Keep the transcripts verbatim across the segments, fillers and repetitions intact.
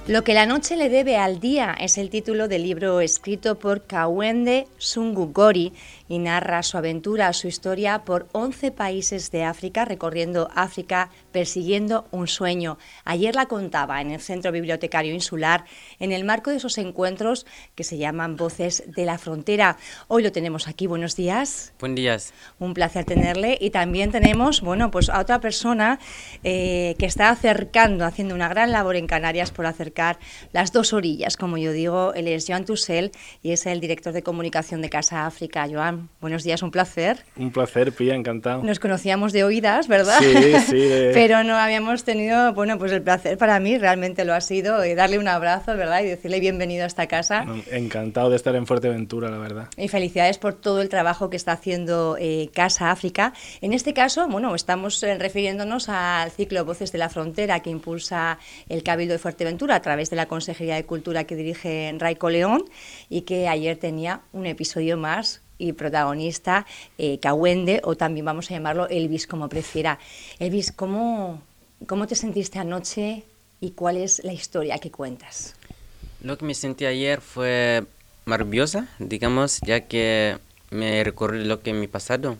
Lo que la noche le debe al día es el título del libro escrito por Kawende Sungugori y narra su aventura, su historia por once países de África, recorriendo África, persiguiendo un sueño. Ayer la contaba en el Centro Bibliotecario Insular, en el marco de esos encuentros que se llaman Voces de la Frontera. Hoy lo tenemos aquí. Buenos días. Buenos días. Un placer tenerle. Y también tenemos, bueno, pues a otra persona eh, que está acercando, haciendo una gran labor en Canarias por acercar las dos orillas, como yo digo. Él es Joan Tussell y es el director de comunicación de Casa África. Joan, buenos días, un placer. Un placer, Pía, encantado. Nos conocíamos de oídas, ¿verdad? Sí, sí. De... Pero no habíamos tenido, bueno, pues el placer para mí, realmente lo ha sido, eh, darle un abrazo, ¿verdad? Y decirle bienvenido a esta casa. Encantado de estar en Fuerteventura, la verdad. Y felicidades por todo el trabajo que está haciendo eh, Casa África. En este caso, bueno, estamos eh, refiriéndonos al ciclo Voces de la Frontera que impulsa el Cabildo de Fuerteventura a través de la Consejería de Cultura que dirige Raico León y que ayer tenía un episodio más y protagonista eh, Kawende, o también vamos a llamarlo Elvis, como prefiera. Elvis, ¿cómo, ¿cómo te sentiste anoche y cuál es la historia que cuentas? Lo que me sentí ayer fue maravillosa, digamos, ya que me recordé lo que mi pasado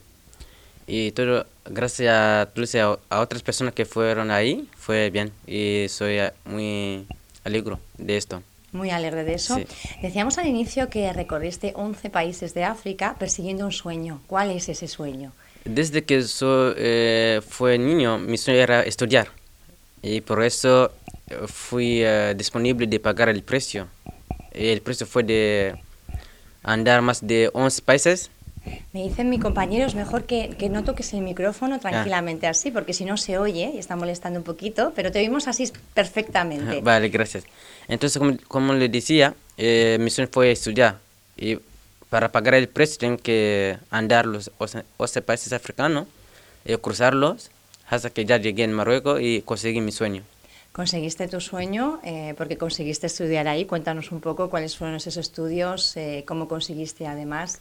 y todo, gracias a, a, a otras personas que fueron ahí, fue bien y soy muy alegre de esto. Muy alegre de eso. Sí. Decíamos al inicio que recorriste once países de África persiguiendo un sueño. ¿Cuál es ese sueño? Desde que soy, eh, fue niño, mi sueño era estudiar. Y por eso fui uh, disponible de pagar el precio. Y el precio fue de andar más de once países. Me dicen mis compañeros, mejor que, que no toques el micrófono tranquilamente ah. así, porque si no se oye y está molestando un poquito, pero te oímos así perfectamente. Vale, gracias. Entonces, como, como le decía, eh, mi sueño fue estudiar. Y para pagar el precio tengo que andar los once países africanos, y cruzarlos, hasta que ya llegué en Marruecos y conseguí mi sueño. Conseguiste tu sueño, eh, porque conseguiste estudiar ahí. Cuéntanos un poco cuáles fueron esos estudios, eh, cómo conseguiste además...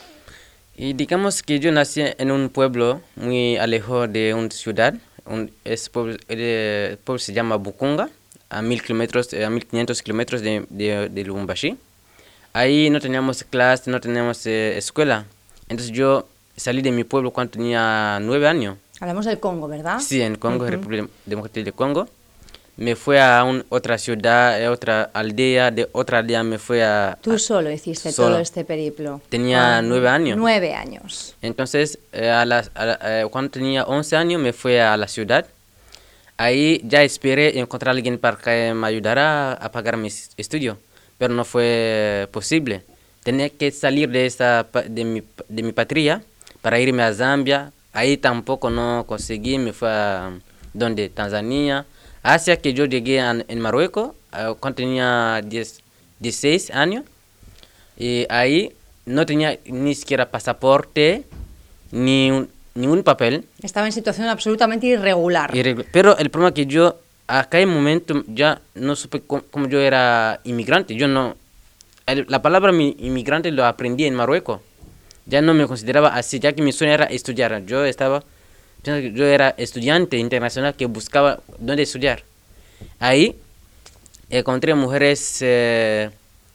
Y digamos que yo nací en un pueblo muy alejado de una ciudad. Un, ese pueblo, el pueblo se llama Bukunga, a mil kilómetros, a mil quinientos kilómetros de, de, de Lubumbashi. Ahí no teníamos clase, no teníamos eh, escuela. Entonces yo salí de mi pueblo cuando tenía nueve años. Hablamos del Congo, ¿verdad? Sí, en Congo, uh-huh. República Democrática del Congo. Me fui a un, otra ciudad, a otra aldea, de otra aldea me fui a... ¿Tú solo hiciste solo. todo este periplo? Tenía ah, nueve años. Nueve años. Entonces, eh, a la, a la, eh, cuando tenía once años me fui a la ciudad. Ahí ya esperé encontrar a alguien para que me ayudara a pagar mis estudios, pero no fue posible. Tenía que salir de, esa, de, mi, de mi patria para irme a Zambia. Ahí tampoco no conseguí, me fui a donde, Tanzania. Hacia que yo llegué en, en Marruecos uh, cuando tenía dieciséis años y ahí no tenía ni siquiera pasaporte ni un, ningún papel. Estaba en situación absolutamente irregular. Irregular. Pero el problema es que yo a aquel momento ya no supe cómo, cómo yo era inmigrante. Yo no, el, la palabra mi, inmigrante lo aprendí en Marruecos. Ya no me consideraba así, ya que mi sueño era estudiar. Yo estaba... Yo era estudiante internacional que buscaba dónde estudiar. Ahí encontré mujeres eh,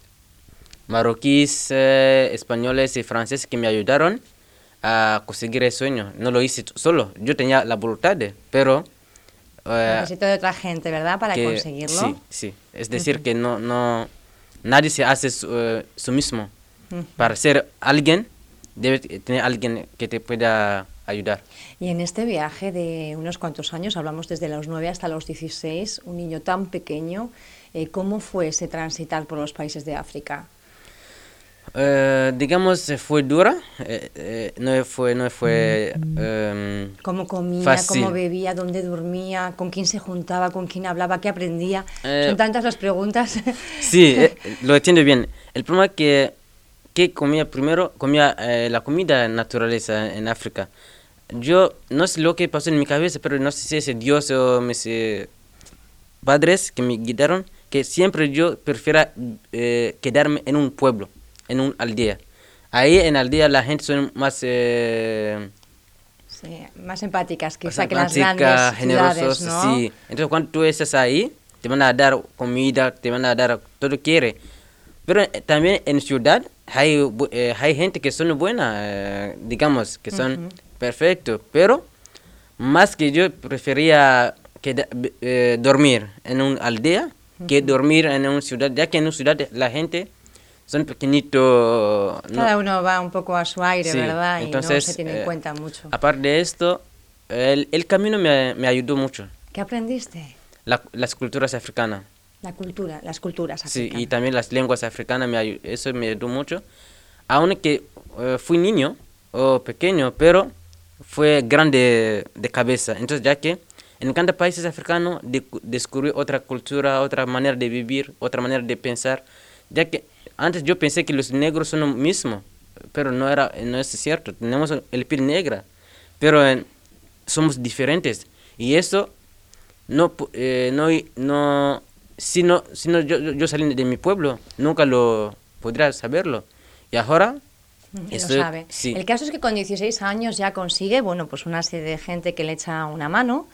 marroquíes, eh, españoles y franceses que me ayudaron a conseguir el sueño. No lo hice solo, yo tenía la voluntad, de, pero... Eh, Necesito de otra gente, ¿verdad? Para que, conseguirlo. Sí, sí. Es decir, uh-huh. que no, no, nadie se hace su, uh, su mismo. Uh-huh. Para ser alguien, debe tener alguien que te pueda... ayudar. Y en este viaje de unos cuantos años, hablamos desde los nueve hasta los dieciséis, un niño tan pequeño, eh, ¿cómo fue ese transitar por los países de África? Uh, digamos, fue dura, eh, eh, no fue, no fue um, ¿Cómo comía, fácil. Cómo bebía, dónde dormía, con quién se juntaba, con quién hablaba, qué aprendía? Eh, Son tantas las preguntas. Sí, eh, lo entiendo bien. El problema es que, que comía primero, comía eh, la comida naturaleza en África. Yo no sé lo que pasó en mi cabeza, pero no sé si es Dios o mis eh, padres que me guiaron, que siempre yo prefiero eh, quedarme en un pueblo, en una aldea. Ahí en aldea la gente son más... Eh, sí, más empáticas quizá más que las empática, grandes generosos, ciudades, ¿no? Sí. Entonces cuando tú estás ahí, te van a dar comida, te van a dar todo lo que quieres. Pero eh, también en ciudad hay, bu- eh, hay gente que son buenas, eh, digamos, que son Ujú. perfectos, pero más que yo prefería que da- b- eh, dormir en una aldea que dormir en una ciudad, ya que en una ciudad la gente son pequeñitos. no- Cada uno va un poco a su aire, Sí, ¿verdad? Y no entonces, se tiene en eh, cuenta mucho. Aparte de esto, el, el camino me, me ayudó mucho, ¿Qué aprendiste? la- las culturas africanas. La cultura, las culturas Sí, africanas. y también las lenguas africanas, me ayu- eso me ayudó mucho. Aunque eh, fui niño o pequeño, pero fue grande de cabeza. Entonces, ya que en cada país africano de- descubrí otra cultura, otra manera de vivir, otra manera de pensar. Ya que antes yo pensé que los negros son lo mismo, pero no, era, no es cierto. Tenemos el piel negra, pero eh, somos diferentes. Y eso no, pu- eh, no, no, si no, si no yo, yo yo salí de mi pueblo, nunca lo podría saberlo. Y ahora, Lo estoy- sabe. sí, El caso es que con dieciséis años ya consigue, bueno, pues una serie de gente que le echa una mano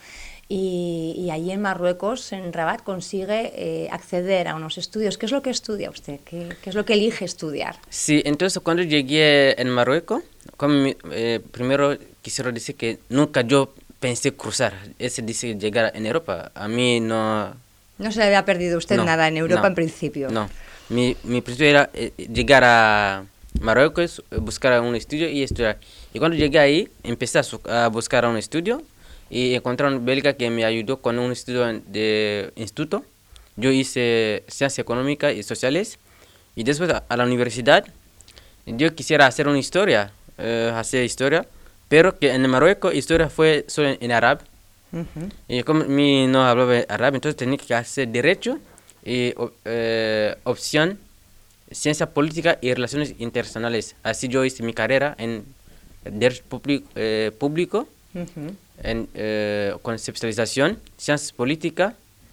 y, y allí en Marruecos, en Rabat, consigue eh, acceder a unos estudios. ¿Qué es lo que estudia usted? ¿Qué, qué es lo que elige estudiar? sí, entonces cuando llegué en Marruecos, como mi- eh, primero quisiera decir que nunca yo pensé cruzar, ese dice llegar en Europa. A mí no, No se le había perdido usted no, nada en Europa no, en principio. No, mi, mi principio era eh, llegar a Marruecos, eh, buscar un estudio y estudiar. Y cuando llegué ahí, empecé a, su- a buscar un estudio y encontré un belga que me ayudó con un estudio en- de instituto. Yo hice ciencias económicas y sociales y después a, a la universidad yo quisiera hacer una historia, eh, hacer historia, pero que en Marruecos historia fue solo en, en árabe. Ujú. Y como mi no hablaba árabe, entonces tenía que hacer derecho y o- eh, opción ciencia política y relaciones internacionales. Así yo hice mi carrera en derecho public- eh, público, Ujú. en, eh, con especialización ciencias políticas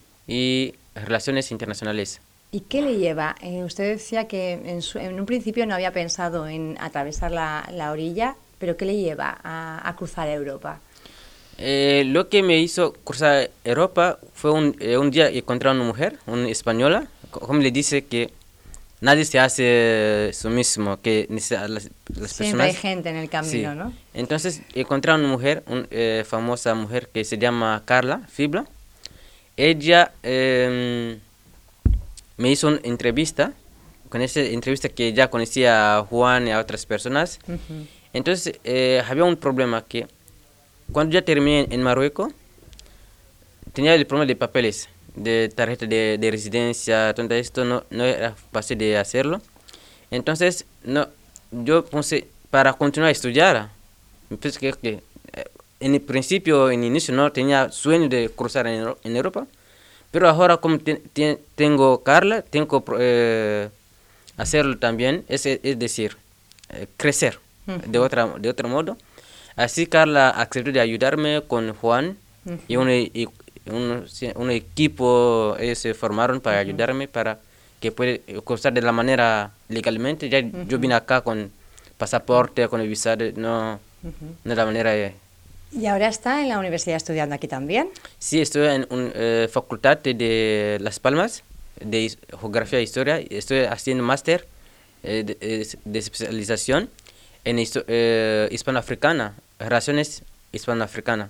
y relaciones internacionales. ¿Y qué le lleva? Eh, usted decía que en, su- en un principio no había pensado en atravesar la, la orilla, pero ¿qué le lleva a, a cruzar Europa? Eh, lo que me hizo cruzar Europa fue un, eh, un día encontré a una mujer, una española, co- como le dice que nadie se hace eso mismo, que necesita- las, las Siempre hay personas... gente en el camino, Sí. ¿no? Entonces encontré a una mujer, una famosa mujer que se llama Carla Fibla. Ella em, me hizo una entrevista, con esa entrevista que ya conocía a Juan y a otras personas. Ujú. Entonces eh, había un problema que cuando ya terminé en Marruecos, tenía el problema de papeles, de tarjeta de, de residencia, todo esto no, no era fácil de hacerlo. Entonces, no, yo pensé, para continuar a estudiar, pensé que, que, eh, en el principio, en el inicio, no tenía sueño de cruzar en, Euro- en Europa, pero ahora como te- te- tengo Carla, tengo eh, hacerlo también, es, es decir, eh, crecer de, otra, de otro modo. Así Carla accedió de ayudarme con Juan y, un, y un, sí, un equipo, ellos se formaron para ayudarme para que pueda cruzar de la manera legalmente. Ya yo vine acá con pasaporte, con el visado, no, no de la manera... eh, ¿Y ahora está en la universidad estudiando aquí también? Sí, estoy en una facultad de, de Las Palmas, de his- Geografía e Historia. Estoy haciendo máster eh, de, eh, de especialización en histo- eh, hispanoafricana, relaciones hispanoafricanas.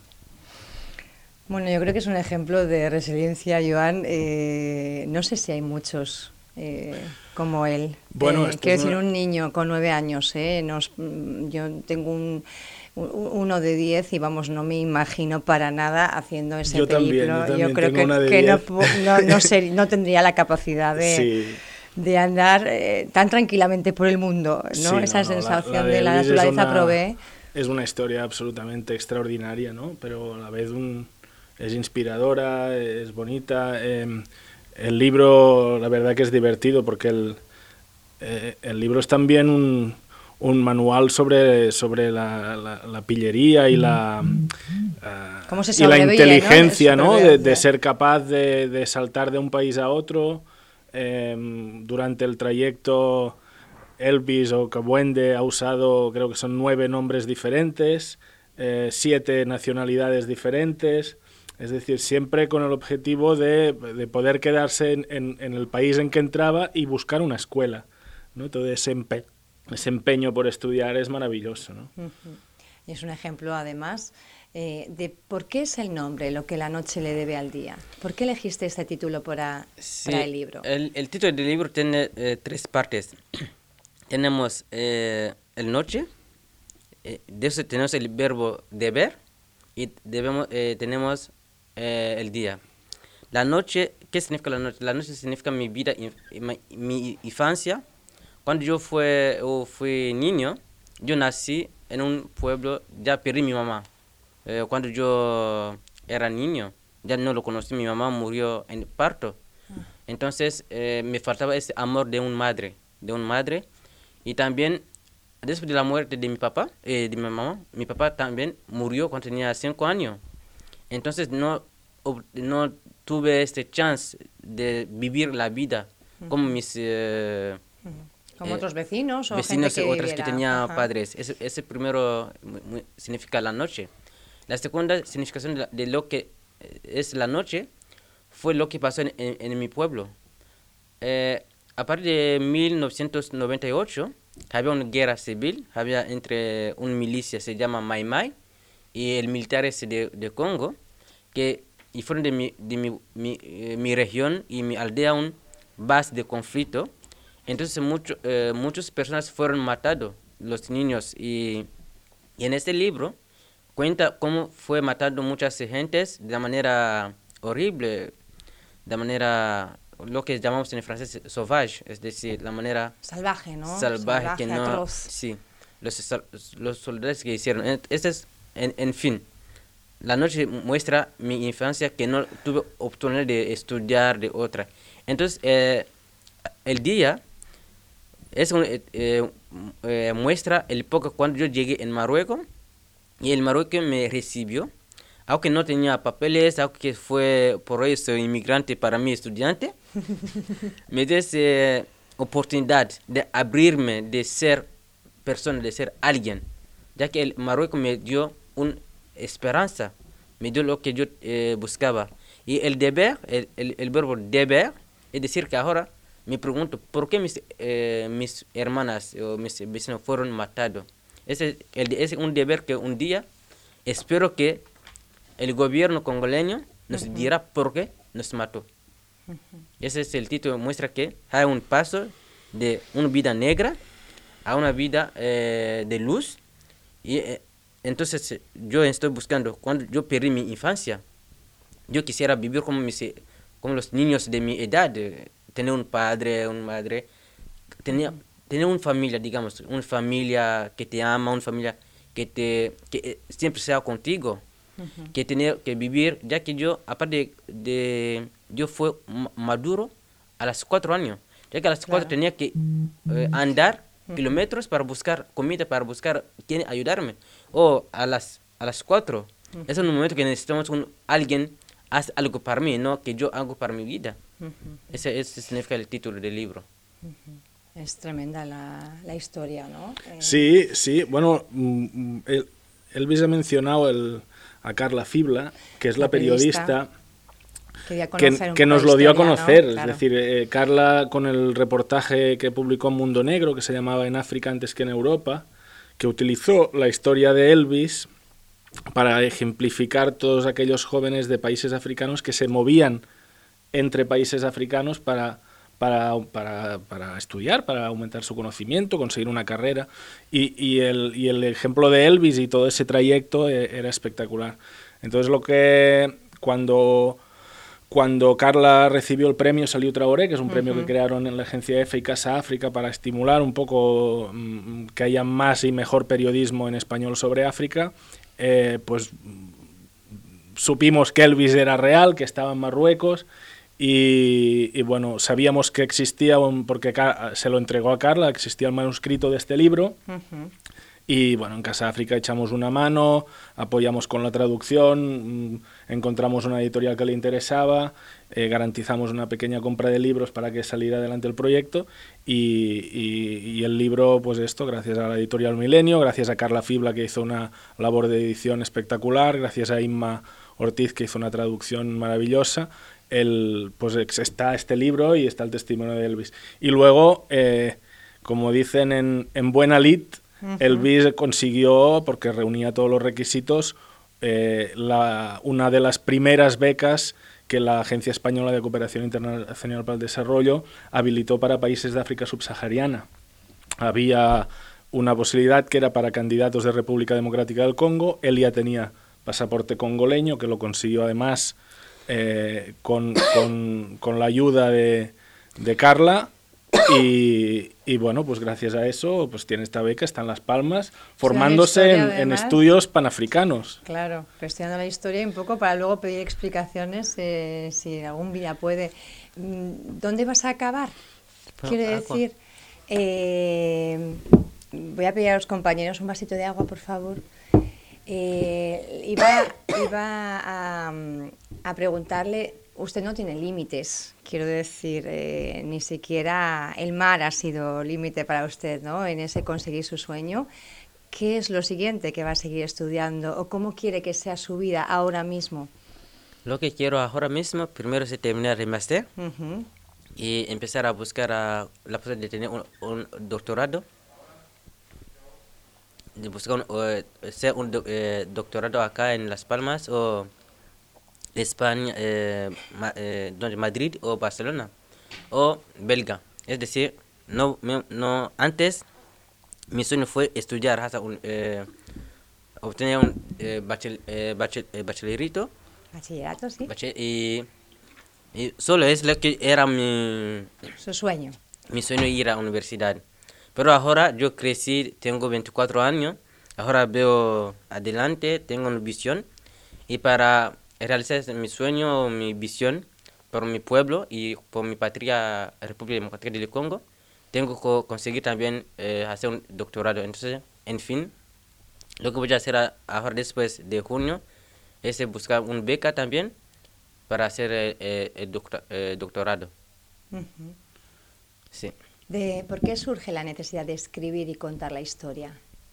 Bueno, yo creo que es un ejemplo de resiliencia, Joan. Eh, no sé si hay muchos eh, como él. Bueno, Eh, esto quiero es decir, una- un niño con nueve años. Eh, nos- mm, yo tengo un, un- uno de diez y vamos, no me imagino para nada haciendo ese Yo también, periplo. yo también creo tengo que, una de que no, diez. pu- no, no ser- no tendría la capacidad de, Sí. de andar eh, tan tranquilamente por el mundo, ¿no? Sí, Esa no, no, la- sensación la de la Elvis es naturaleza una- provee. Es una historia absolutamente extraordinaria, ¿no? Pero a la vez un, es inspiradora, es bonita. eh, el libro, la verdad que es divertido porque el, eh, el libro es también un, un manual sobre, sobre la, la- la pillería y la, ah, Cómo se y la sobrevive, ¿no? inteligencia, De ¿no? De, de supervivencia. ser capaz de, de saltar de un país a otro. eh, durante el trayecto, Elvis o Kabuende ha usado, creo que son nueve nombres diferentes, eh, siete nacionalidades diferentes. Es decir, siempre con el objetivo de, de poder quedarse en, en, en el país en que entraba y buscar una escuela, ¿no? Todo ese, empe ese empeño por estudiar es maravilloso, ¿no? Uh-huh. Y es un ejemplo, además, eh, de por qué es el nombre lo que la noche le debe al día. ¿Por qué elegiste este título para, sí, para el libro? El, el título del libro tiene eh, tres partes. Tenemos eh, el noche, eh, de eso tenemos el verbo deber y debemos, eh, tenemos eh, el día. La noche, ¿qué significa la noche? La noche significa mi vida, mi, mi infancia. Cuando yo fue, oh, fui niño, yo nací en un pueblo, ya perdí mi mamá. Eh, cuando yo era niño, ya no lo conocí, mi mamá murió en parto. Entonces eh, me faltaba ese amor de una madre, de una madre. Y también, después de la muerte de mi papá, eh, de mi mamá, mi papá también murió cuando tenía cinco años. Entonces no, no tuve este chance de vivir la vida uh-huh. como mis... Eh, como eh, otros vecinos o vecinos gente que otros viviera. que tenían Ajá. padres. Ese, ese primero muy, muy, significa la noche. La segunda significación de, la, de lo que es la noche fue lo que pasó en, en, en mi pueblo. Eh, a partir de mil novecientos noventa y ocho había una guerra civil, había entre una milicia se llama Mai Mai y el militares de, de Congo, que y fueron de mi, de mi, mi, eh, mi región y mi aldea un base de conflicto. Entonces mucho, eh, muchas personas fueron matados, los niños, y, y en este libro cuenta cómo fue matando muchas gentes de manera horrible, de manera, lo que llamamos en francés sauvage, es decir, la manera salvaje, ¿no? Salvaje, salvaje que no, atroz. Sí, los, los soldados que hicieron. Este es, en, en fin, la noche muestra mi infancia que no tuve oportunidad de estudiar de otra. Entonces, eh, el día es un, eh, eh, muestra el poco cuando yo llegué en Marruecos y el Marruecos me recibió, aunque no tenía papeles, aunque fue por eso inmigrante para mí estudiante, me dio esa eh, oportunidad de abrirme, de ser persona, de ser alguien, ya que el Marruecos me dio una esperanza, me dio lo que yo eh, buscaba. Y el deber, el, el, el verbo deber, es decir que ahora me pregunto por qué mis, eh, mis hermanas o mis vecinos fueron matados. Ese es un deber que un día espero que el gobierno congoleño nos uh-huh. dirá por qué nos mató. Uh-huh. Ese es el título, muestra que hay un paso de una vida negra a una vida eh, de luz. Y eh, entonces yo estoy buscando, cuando yo perdí mi infancia, yo quisiera vivir como, mis, como los niños de mi edad, de tener un padre, una madre, tener, uh-huh. tener una familia, digamos, una familia que te ama, una familia que, te, que siempre sea contigo. Uh-huh. Que tener que vivir, ya que yo, aparte de, de yo fui maduro a los cuatro años, ya que a los claro. cuatro tenía que eh, andar uh-huh. kilómetros para buscar comida, para buscar quién ayudarme, o a las a las cuatro, uh-huh. es un momento que necesitamos un, alguien hace algo para mí, no que yo hago para mi vida. Uh-huh. Ese, ese significa el título del libro. Uh-huh. Es tremenda la, la historia, ¿no? Eh... Sí, sí, bueno, el, Elvis ha mencionado el a Carla Fibla, que es la, la periodista, periodista que, que nos lo dio historia, a conocer. ¿No? Claro. Es decir, eh, Carla, con el reportaje que publicó en Mundo Negro, que se llamaba En África antes que en Europa, que utilizó la historia de Elvis para ejemplificar todos aquellos jóvenes de países africanos que se movían entre países africanos para... Para, para, para estudiar, para aumentar su conocimiento, conseguir una carrera. Y, y, el, y el ejemplo de Elvis y todo ese trayecto era espectacular. Entonces, lo que cuando, cuando Carla recibió el premio Saliu Traoré, que es un uh-huh. premio que crearon en la agencia EFE y Casa África para estimular un poco mmm, que haya más y mejor periodismo en español sobre África, eh, pues supimos que Elvis era real, que estaba en Marruecos. Y, y bueno, sabíamos que existía, un, porque se lo entregó a Carla, existía el manuscrito de este libro. Uh-huh. Y bueno, en Casa África echamos una mano, apoyamos con la traducción, encontramos una editorial que le interesaba, eh, garantizamos una pequeña compra de libros para que saliera adelante el proyecto. Y, y, y el libro, pues esto, gracias a la editorial Milenio, gracias a Carla Fibla, que hizo una labor de edición espectacular, gracias a Inma Ortiz, que hizo una traducción maravillosa, el, pues está este libro y está el testimonio de Elvis. Y luego, eh, como dicen en, en Buena Lid, uh-huh. Elvis consiguió, porque reunía todos los requisitos, eh, la, una de las primeras becas que la Agencia Española de Cooperación Internacional para el Desarrollo habilitó para países de África subsahariana. Había una posibilidad que era para candidatos de República Democrática del Congo. Él ya tenía pasaporte congoleño, que lo consiguió además eh, con, con, con la ayuda de, de Carla. Y, y bueno, pues gracias a eso pues tiene esta beca, está en Las Palmas, formándose en, en estudios panafricanos. Claro, gestionando la historia y un poco para luego pedir explicaciones eh, si algún día puede. ¿Dónde vas a acabar? Quiero decir, eh, voy a pedir a los compañeros un vasito de agua, por favor. Eh, iba iba a, a preguntarle... Usted no tiene límites, quiero decir, eh, ni siquiera el mar ha sido límite para usted, ¿no? En ese conseguir su sueño. ¿Qué es lo siguiente que va a seguir estudiando o cómo quiere que sea su vida ahora mismo? Lo que quiero ahora mismo, primero es terminar el máster Uh-huh. y empezar a buscar a, la posibilidad de tener un, un doctorado, de buscar un, uh, ser un do, eh, doctorado acá en Las Palmas o España, eh, ma, eh, donde Madrid o Barcelona o Belga. Es decir, no, no antes mi sueño fue estudiar hasta un, eh, obtener un eh, bachel, eh, bachel, eh, bachillerito. Bachillerato, sí. Bachel, y, y solo es lo que era mi... Su sueño. Mi sueño ir a la universidad. Pero ahora yo crecí, tengo veinticuatro años, ahora veo adelante, tengo una visión y para realizar mi sueño, mi visión por mi pueblo y por mi patria, República Democrática del Congo, tengo que conseguir también eh, hacer un doctorado. Entonces, en fin, lo que voy a hacer a, ahora después de junio es buscar una beca también para hacer eh, el doctor, eh, doctorado. Uh-huh. Sí. De, ¿Por qué surge la necesidad de escribir y contar la historia?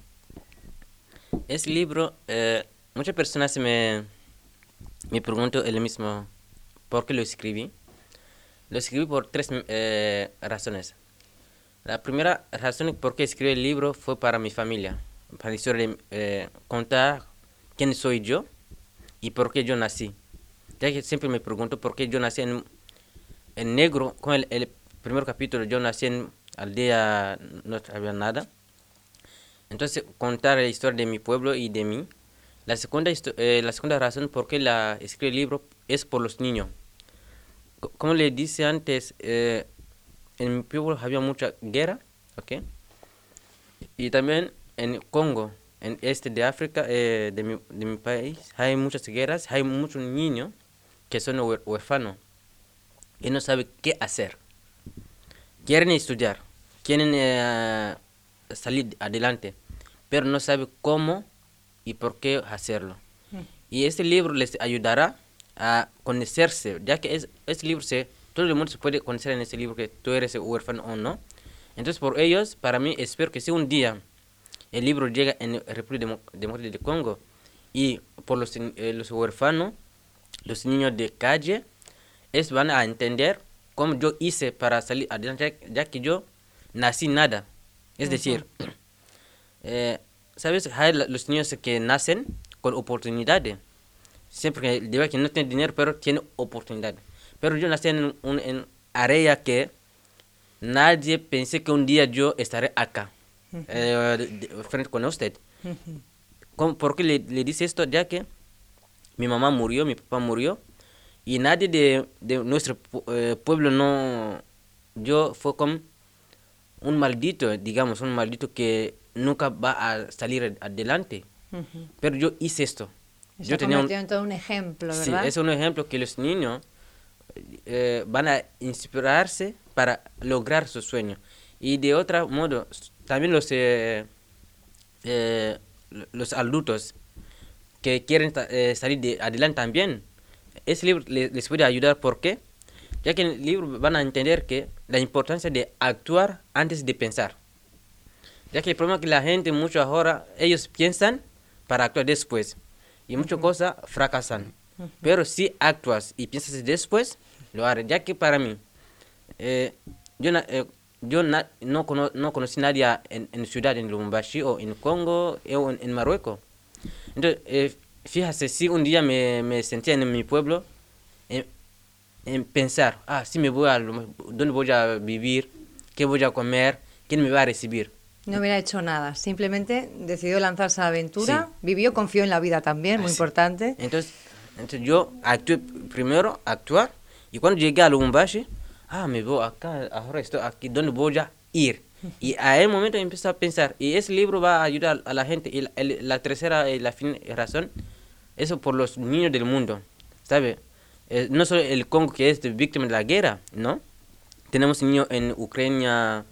Este libro, eh, muchas personas me... Me pregunto el mismo, ¿por qué lo escribí? Lo escribí por tres eh, razones. La primera razón por qué escribí el libro fue para mi familia, para la historia de eh, contar quién soy yo y por qué yo nací. Ya que siempre me pregunto por qué yo nací en, en negro, con el, el primer capítulo yo nací en aldea, no había nada. Entonces contar la historia de mi pueblo y de mí. La segunda, eh, la segunda razón por qué la escribí el libro es por los niños. C- como le dije antes, eh, en mi pueblo había mucha guerra, ¿ok? Y también en Congo, en este de África, eh, de, mi, de mi país, hay muchas guerras, hay muchos niños que son huer- huérfanos y no saben qué hacer. Quieren estudiar, quieren eh, salir adelante, pero no saben cómo y por qué hacerlo. Mm. Y este libro les ayudará a conocerse, ya que es, este libro se, todo el mundo se puede conocer en este libro que tú eres huérfano o no. Entonces por ellos, para mí, espero que si un día el libro llega en la República Democrática del Congo y por los, eh, los huérfanos, los niños de calle, es van a entender cómo yo hice para salir adelante, ya que yo nací nada. Es uh-huh. decir, eh, ¿sabes? Hay los niños que nacen con oportunidades. Siempre que digo que no tienen dinero, pero tienen oportunidades. Pero yo nací en un en área que nadie pensé que un día yo estaré acá, uh-huh. eh, de, de, frente con usted. Uh-huh. ¿Cómo, ¿Por qué le, le dice esto? Ya que mi mamá murió, mi papá murió, y nadie de, de nuestro eh, pueblo no... Yo fue como un maldito, digamos, un maldito que nunca va a salir adelante. Uh-huh. Pero yo hice esto. Eso yo tenía un, en todo un ejemplo, ¿verdad? Sí, es un ejemplo que los niños eh, van a inspirarse para lograr su sueño. Y de otro modo, también los, eh, eh, los adultos que quieren eh, salir de adelante también, ese libro les, les puede ayudar. ¿Por qué? Ya que en el libro van a entender que la importancia de actuar antes de pensar. Ya que el problema es que la gente, mucho ahora, ellos piensan para actuar después. Y muchas uh-huh. cosas fracasan. Uh-huh. Pero si actúas y piensas después, lo haré, ya que para mí, eh, yo, na, eh, yo na, no, cono, no conocí a nadie en, en ciudad, en Lubumbashi o en Congo o en, en Marruecos. Entonces, eh, fíjate, si un día me, me sentía en mi pueblo, en, en pensar, ah, si me voy a, ¿dónde voy a vivir? ¿Qué voy a comer? ¿Quién me va a recibir? No hubiera hecho nada, simplemente decidió lanzarse a la aventura, Sí. Vivió, confió en la vida también, muy Así. importante. Entonces, entonces yo actué primero, actuar, y cuando llegué a Lubumbashi, ah, me voy acá, ahora estoy aquí, ¿dónde voy a ir? Y a ese momento empecé a pensar, y ese libro va a ayudar a la gente. Y la, el, la tercera y la fin, razón, eso por los niños del mundo, ¿sabe? Eh, no solo el Congo, que es de víctima de la guerra, ¿no? Tenemos niños en Ucrania,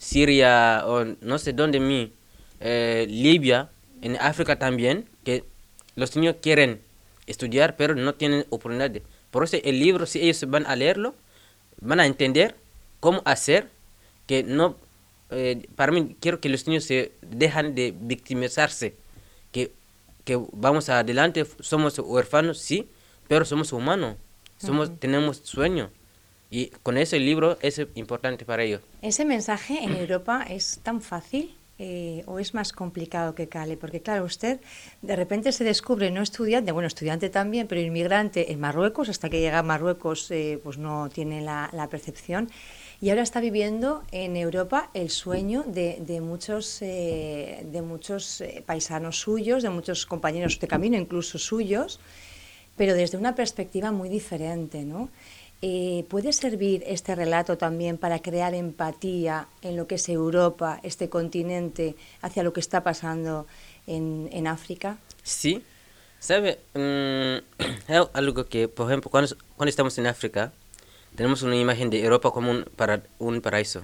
Siria, o no sé dónde, mi, eh, Libia, en África también, que los niños quieren estudiar, pero no tienen oportunidad. Por eso el libro, si ellos van a leerlo, van a entender cómo hacer que no... Eh, para mí, quiero que los niños se dejan de victimizarse, que, que vamos adelante, somos huérfanos, sí, pero somos humanos, somos, uh-huh. tenemos sueño. Y con ese libro es importante para ellos. ¿Ese mensaje en Europa es tan fácil eh, o es más complicado que cale? Porque claro, usted de repente se descubre no estudiante, bueno, estudiante también, pero inmigrante en Marruecos, hasta que llega a Marruecos eh, pues no tiene la, la percepción, y ahora está viviendo en Europa el sueño de, de muchos, eh, de muchos eh, paisanos suyos, de muchos compañeros de camino, incluso suyos, pero desde una perspectiva muy diferente, ¿no? Eh, ¿Puede servir este relato también para crear empatía en lo que es Europa, este continente, hacia lo que está pasando en, en África? Sí, ¿sabe? Um, es algo que, por ejemplo, cuando, cuando estamos en África, tenemos una imagen de Europa como un, para, un paraíso.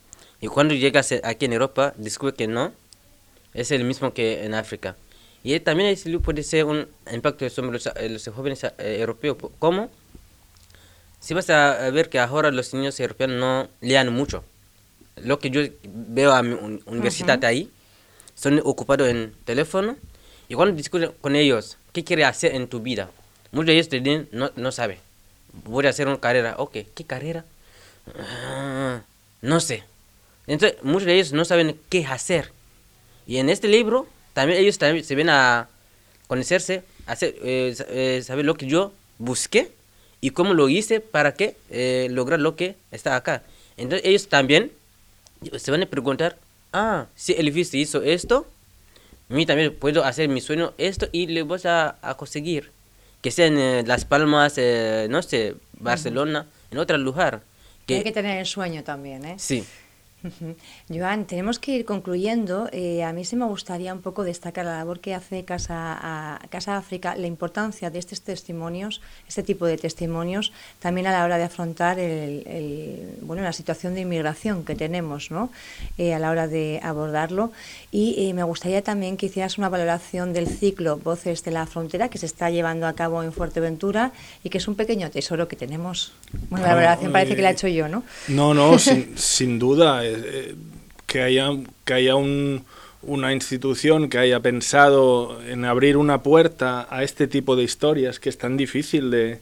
Y cuando llegas aquí en Europa, descubres que no, es el mismo que en África. Y también puede ser un impacto sobre los, los jóvenes eh, europeos. ¿Cómo? Si vas a ver que ahora los niños europeos no lean mucho. Lo que yo veo a mi un, universidad uh-huh. ahí, son ocupados en teléfono. Y cuando discuten con ellos, ¿qué quieres hacer en tu vida? Muchos de ellos te dicen, no, no sabe. Voy a hacer una carrera. Ok, ¿qué carrera? Uh, no sé. Entonces, muchos de ellos no saben qué hacer. Y en este libro, también ellos también se ven a conocerse, a hacer, eh, eh, saber lo que yo busqué. Y cómo lo hice para que eh, lograr lo que está acá. Entonces ellos también se van a preguntar, ah, si Elvis hizo esto, a mí también puedo hacer mi sueño esto y le voy a, a conseguir. Que sea en eh, Las Palmas, eh, no sé, Barcelona, uh-huh. en otro lugar. Que hay que tener el sueño también, ¿eh? Sí. Uh-huh. Joan, tenemos que ir concluyendo. Eh, a mí sí me gustaría un poco destacar la labor que hace Casa, a, Casa África, la importancia de estos testimonios, este tipo de testimonios, también a la hora de afrontar el, el, bueno, la situación de inmigración que tenemos, ¿no? Eh, a la hora de abordarlo. Y eh, me gustaría también que hicieras una valoración del ciclo Voces de la Frontera que se está llevando a cabo en Fuerteventura y que es un pequeño tesoro que tenemos. Bueno, la valoración parece que la he hecho yo, ¿no? No, no, sin, sin duda. Eh, que haya, que haya un, una institución que haya pensado en abrir una puerta a este tipo de historias que es tan difícil de,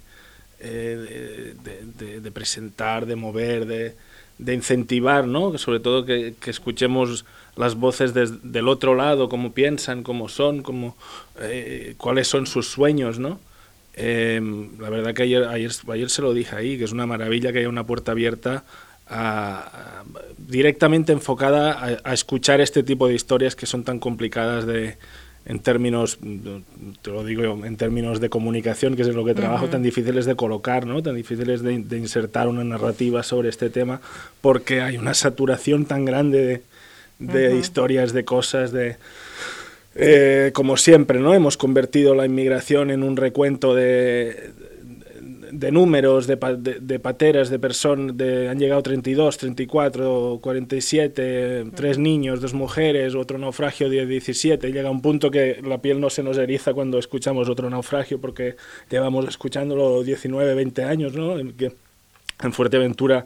eh, de, de, de presentar, de mover, de, de incentivar, ¿no? Sobre todo que, que escuchemos las voces des, del otro lado, cómo piensan, cómo son, cómo, eh, cuáles son sus sueños, ¿no? Eh, la verdad que ayer, ayer, ayer se lo dije ahí, que es una maravilla que haya una puerta abierta A, a, directamente enfocada a, a escuchar este tipo de historias que son tan complicadas de, en términos, te lo digo yo, en términos de comunicación, que es lo que trabajo, uh-huh. tan difíciles de colocar, ¿no? Tan difíciles de, de insertar una narrativa sobre este tema, porque hay una saturación tan grande de, de uh-huh. historias, de cosas, de... Eh, como siempre, ¿no? Hemos convertido la inmigración en un recuento de... de números, de, de, de pateras, de personas, de, han llegado treinta y dos, treinta y cuatro, cuarenta y siete, tres niños, dos mujeres, otro naufragio de diecisiete, llega un punto que la piel no se nos eriza cuando escuchamos otro naufragio porque llevamos escuchándolo diecinueve, veinte años, ¿no? En, que, en Fuerteventura,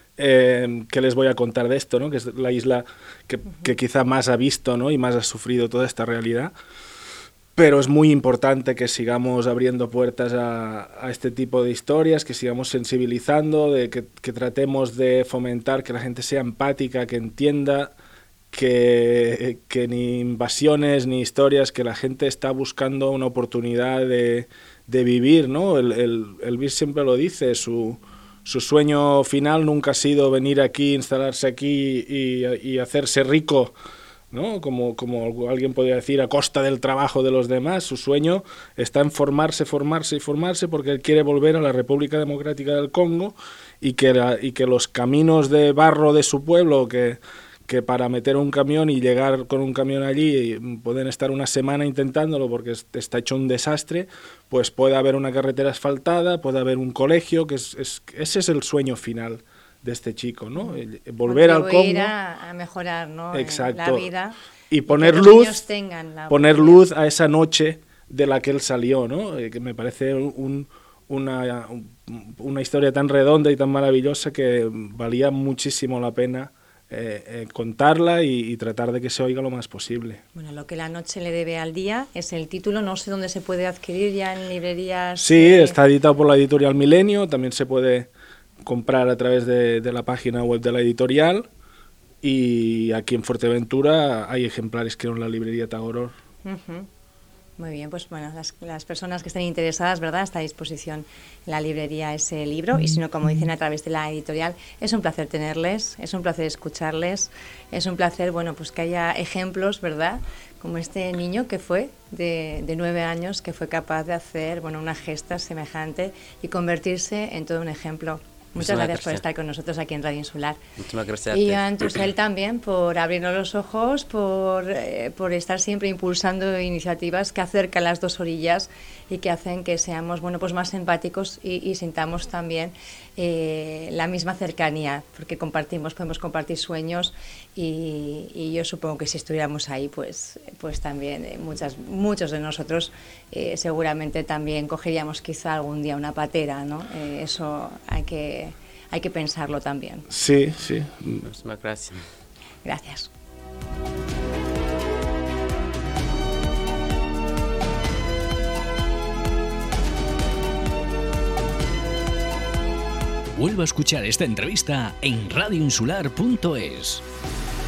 eh, ¿qué les voy a contar de esto, ¿no? Que es la isla que, que quizá más ha visto, ¿no? Y más ha sufrido toda esta realidad. pero es muy importante que sigamos abriendo puertas a, a este tipo de historias, que sigamos sensibilizando, de que, que tratemos de fomentar que la gente sea empática, que entienda que, que ni invasiones ni historias, que la gente está buscando una oportunidad de, de vivir, ¿no? El, el, el Vir siempre lo dice, su, su sueño final nunca ha sido venir aquí, instalarse aquí y, y hacerse rico, ¿no? Como, como alguien podría decir, a costa del trabajo de los demás. Su sueño está en formarse, formarse y formarse, porque él quiere volver a la República Democrática del Congo y que, la, y que los caminos de barro de su pueblo, que, que para meter un camión y llegar con un camión allí pueden estar una semana intentándolo porque está hecho un desastre, pues puede haber una carretera asfaltada, puede haber un colegio, que es, es, ese es el sueño final de este chico, ¿no? Volver al Congo a, a mejorar, ¿no? Exacto. La vida y poner y luz la poner luz a esa noche de la que él salió, ¿no? Que me parece un, una, una historia tan redonda y tan maravillosa que valía muchísimo la pena eh, eh, contarla y, y tratar de que se oiga lo más posible. Bueno, lo que la noche le debe al día es el título, no sé dónde se puede adquirir, ya en librerías. Sí, eh... está editado por la editorial Milenio, también se puede comprar a través de, de la página web de la editorial, y aquí en Fuerteventura hay ejemplares que en la librería Tagoror. Uh-huh. Muy bien, pues bueno, las, las personas que estén interesadas, ¿verdad?, está a disposición en la librería ese libro, y si no, como dicen, a través de la editorial. Es un placer tenerles, es un placer escucharles, es un placer, bueno, pues que haya ejemplos, ¿verdad?, como este niño que fue de, de nueve años, que fue capaz de hacer, bueno, una gesta semejante y convertirse en todo un ejemplo. Muchas gracias, gracias por estar con nosotros aquí en Radio Insular. Muchas gracias. Y a Antusel también por abrirnos los ojos, por, eh, por estar siempre impulsando iniciativas que acercan las dos orillas y que hacen que seamos, bueno, pues más empáticos y, y sintamos también eh, la misma cercanía, porque compartimos, podemos compartir sueños, y, y yo supongo que si estuviéramos ahí, pues, pues también eh, muchas, muchos de nosotros eh, seguramente también cogeríamos quizá algún día una patera, ¿no? Eh, eso hay que hay que pensarlo también. Sí, sí. Muchas gracias. Gracias. Vuelva a escuchar esta entrevista en radio insular punto es.